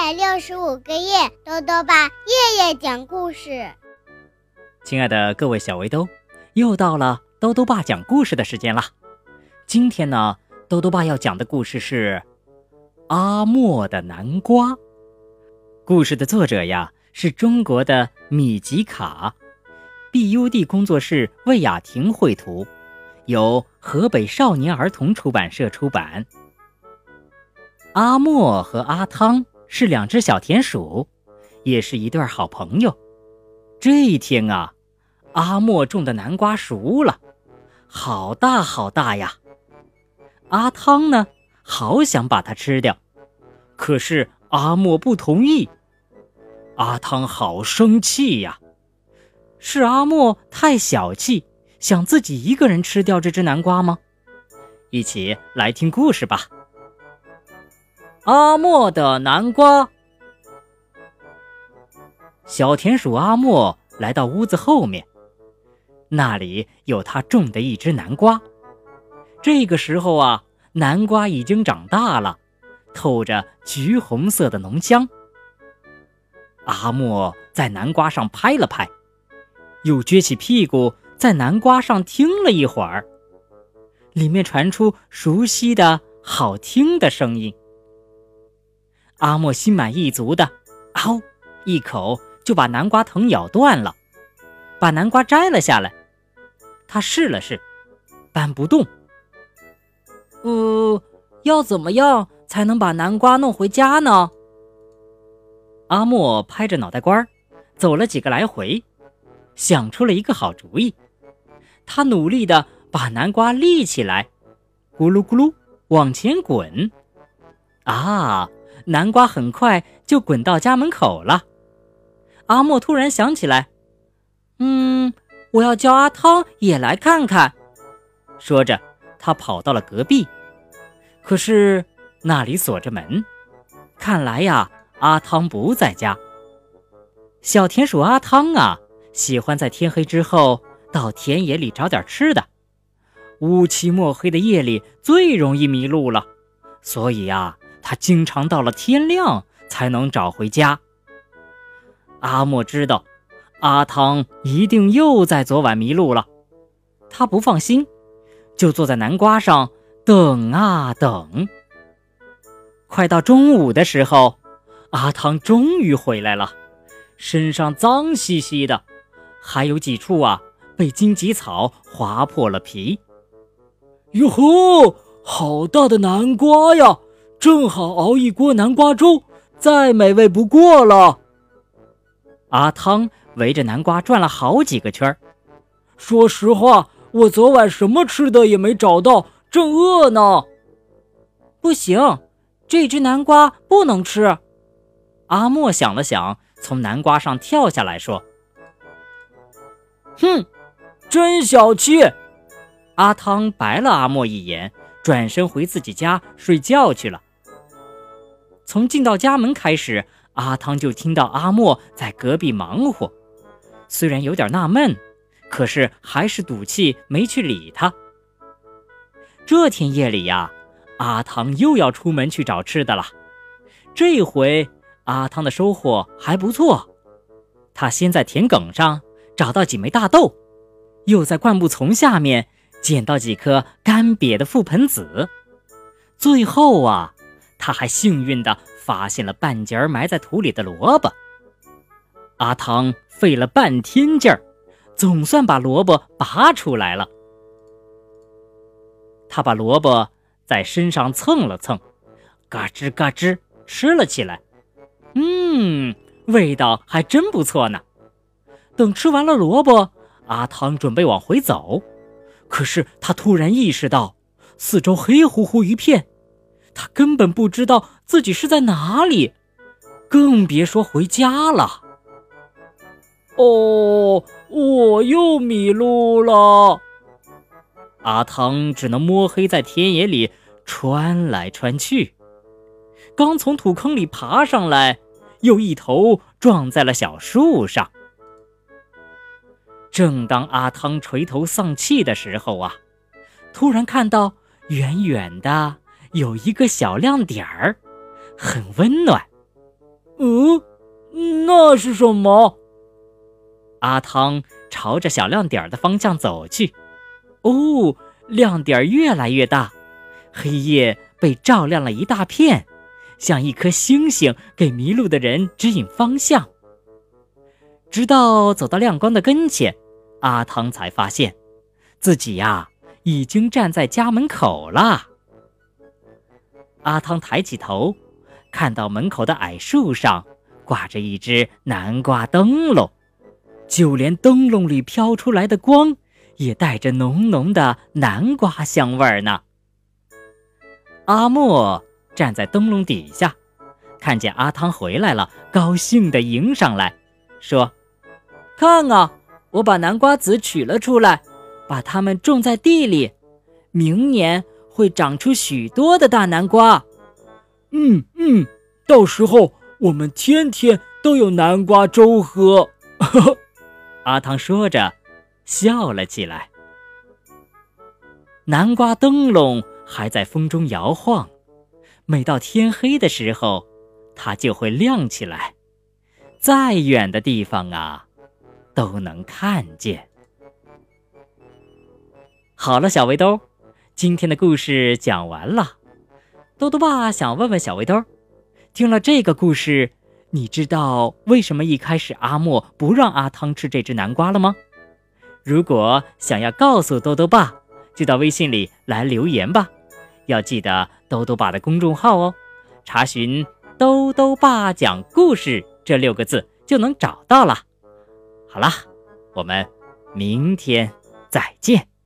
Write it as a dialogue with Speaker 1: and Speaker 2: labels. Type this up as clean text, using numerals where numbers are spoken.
Speaker 1: 365个夜，豆豆爸夜夜讲故事。
Speaker 2: 亲爱的各位小围兜，又到了豆豆爸讲故事的时间了。今天呢，豆豆爸要讲的故事是阿莫的南瓜。故事的作者呀，是中国的米吉卡，BUD 工作室魏雅婷绘图，由河北少年儿童出版社出版。阿莫和阿汤是两只小田鼠，也是一对好朋友。这一天啊，阿莫种的南瓜熟了，好大好大呀。阿汤呢，好想把它吃掉，可是阿莫不同意。阿汤好生气呀，是阿莫太小气，想自己一个人吃掉这只南瓜吗？一起来听故事吧。阿莫的南瓜。小田鼠阿莫来到屋子后面，那里有他种的一只南瓜。这个时候啊，南瓜已经长大了，透着橘红色的浓香。阿莫在南瓜上拍了拍，又撅起屁股在南瓜上听了一会儿，里面传出熟悉的好听的声音。阿莫心满意足的嗷一口就把南瓜藤咬断了，把南瓜摘了下来。他试了试，搬不动。要怎么样才能把南瓜弄回家呢？阿莫拍着脑袋瓜走了几个来回，想出了一个好主意。他努力地把南瓜立起来，咕噜咕噜往前滚。南瓜很快就滚到家门口了。阿莫突然想起来，我要叫阿汤也来看看。说着，他跑到了隔壁，可是那里锁着门，看来呀，阿汤不在家。小田鼠阿汤啊，喜欢在天黑之后到田野里找点吃的。乌漆墨黑的夜里最容易迷路了，所以啊，他经常到了天亮才能找回家。阿莫知道阿汤一定又在昨晚迷路了，他不放心，就坐在南瓜上等啊等。快到中午的时候，阿汤终于回来了，身上脏兮兮的，还有几处啊被荆棘草划破了皮。哟吼，好大的南瓜呀，正好熬一锅南瓜粥，再美味不过了。阿汤围着南瓜转了好几个圈。说实话，我昨晚什么吃的也没找到，正饿呢。不行，这只南瓜不能吃。阿莫想了想，从南瓜上跳下来说：真小气。阿汤白了阿莫一眼，转身回自己家睡觉去了。从进到家门开始，阿汤就听到阿莫在隔壁忙活，虽然有点纳闷，可是还是赌气没去理他。这天夜里呀，阿汤又要出门去找吃的了。这回阿汤的收获还不错，他先在田埂上找到几枚大豆，又在灌木丛下面捡到几颗干瘪的覆盆子，最后啊，他还幸运地发现了半截埋在土里的萝卜。阿汤费了半天劲儿，总算把萝卜拔出来了。他把萝卜在身上蹭了蹭，嘎吱嘎吱吃了起来。味道还真不错呢。等吃完了萝卜，阿汤准备往回走，可是他突然意识到四周黑乎乎一片，他根本不知道自己是在哪里，更别说回家了。我又迷路了。阿汤只能摸黑在田野里穿来穿去，刚从土坑里爬上来，又一头撞在了小树上。正当阿汤垂头丧气的时候啊，突然看到远远的有一个小亮点儿，很温暖。
Speaker 3: 那是什么？
Speaker 2: 阿汤朝着小亮点的方向走去。哦，亮点越来越大，黑夜被照亮了一大片，像一颗星星给迷路的人指引方向。直到走到亮光的跟前，阿汤才发现自己已经站在家门口了。阿汤抬起头，看到门口的矮树上挂着一只南瓜灯笼，就连灯笼里飘出来的光也带着浓浓的南瓜香味呢。阿莫站在灯笼底下，看见阿汤回来了，高兴地迎上来，说：看啊，我把南瓜籽取了出来，把它们种在地里，明年会长出许多的大南瓜。
Speaker 3: 到时候我们天天都有南瓜粥喝。
Speaker 2: 阿汤说着笑了起来。南瓜灯笼还在风中摇晃，每到天黑的时候，它就会亮起来，再远的地方都能看见。好了，小围兜，今天的故事讲完了。豆豆爸想问问小围兜，听了这个故事，你知道为什么一开始阿莫不让阿汤吃这只南瓜了吗？如果想要告诉豆豆爸，就到微信里来留言吧，要记得豆豆爸的公众号哦，查询豆豆爸讲故事这6个字就能找到了。好啦，我们明天再见。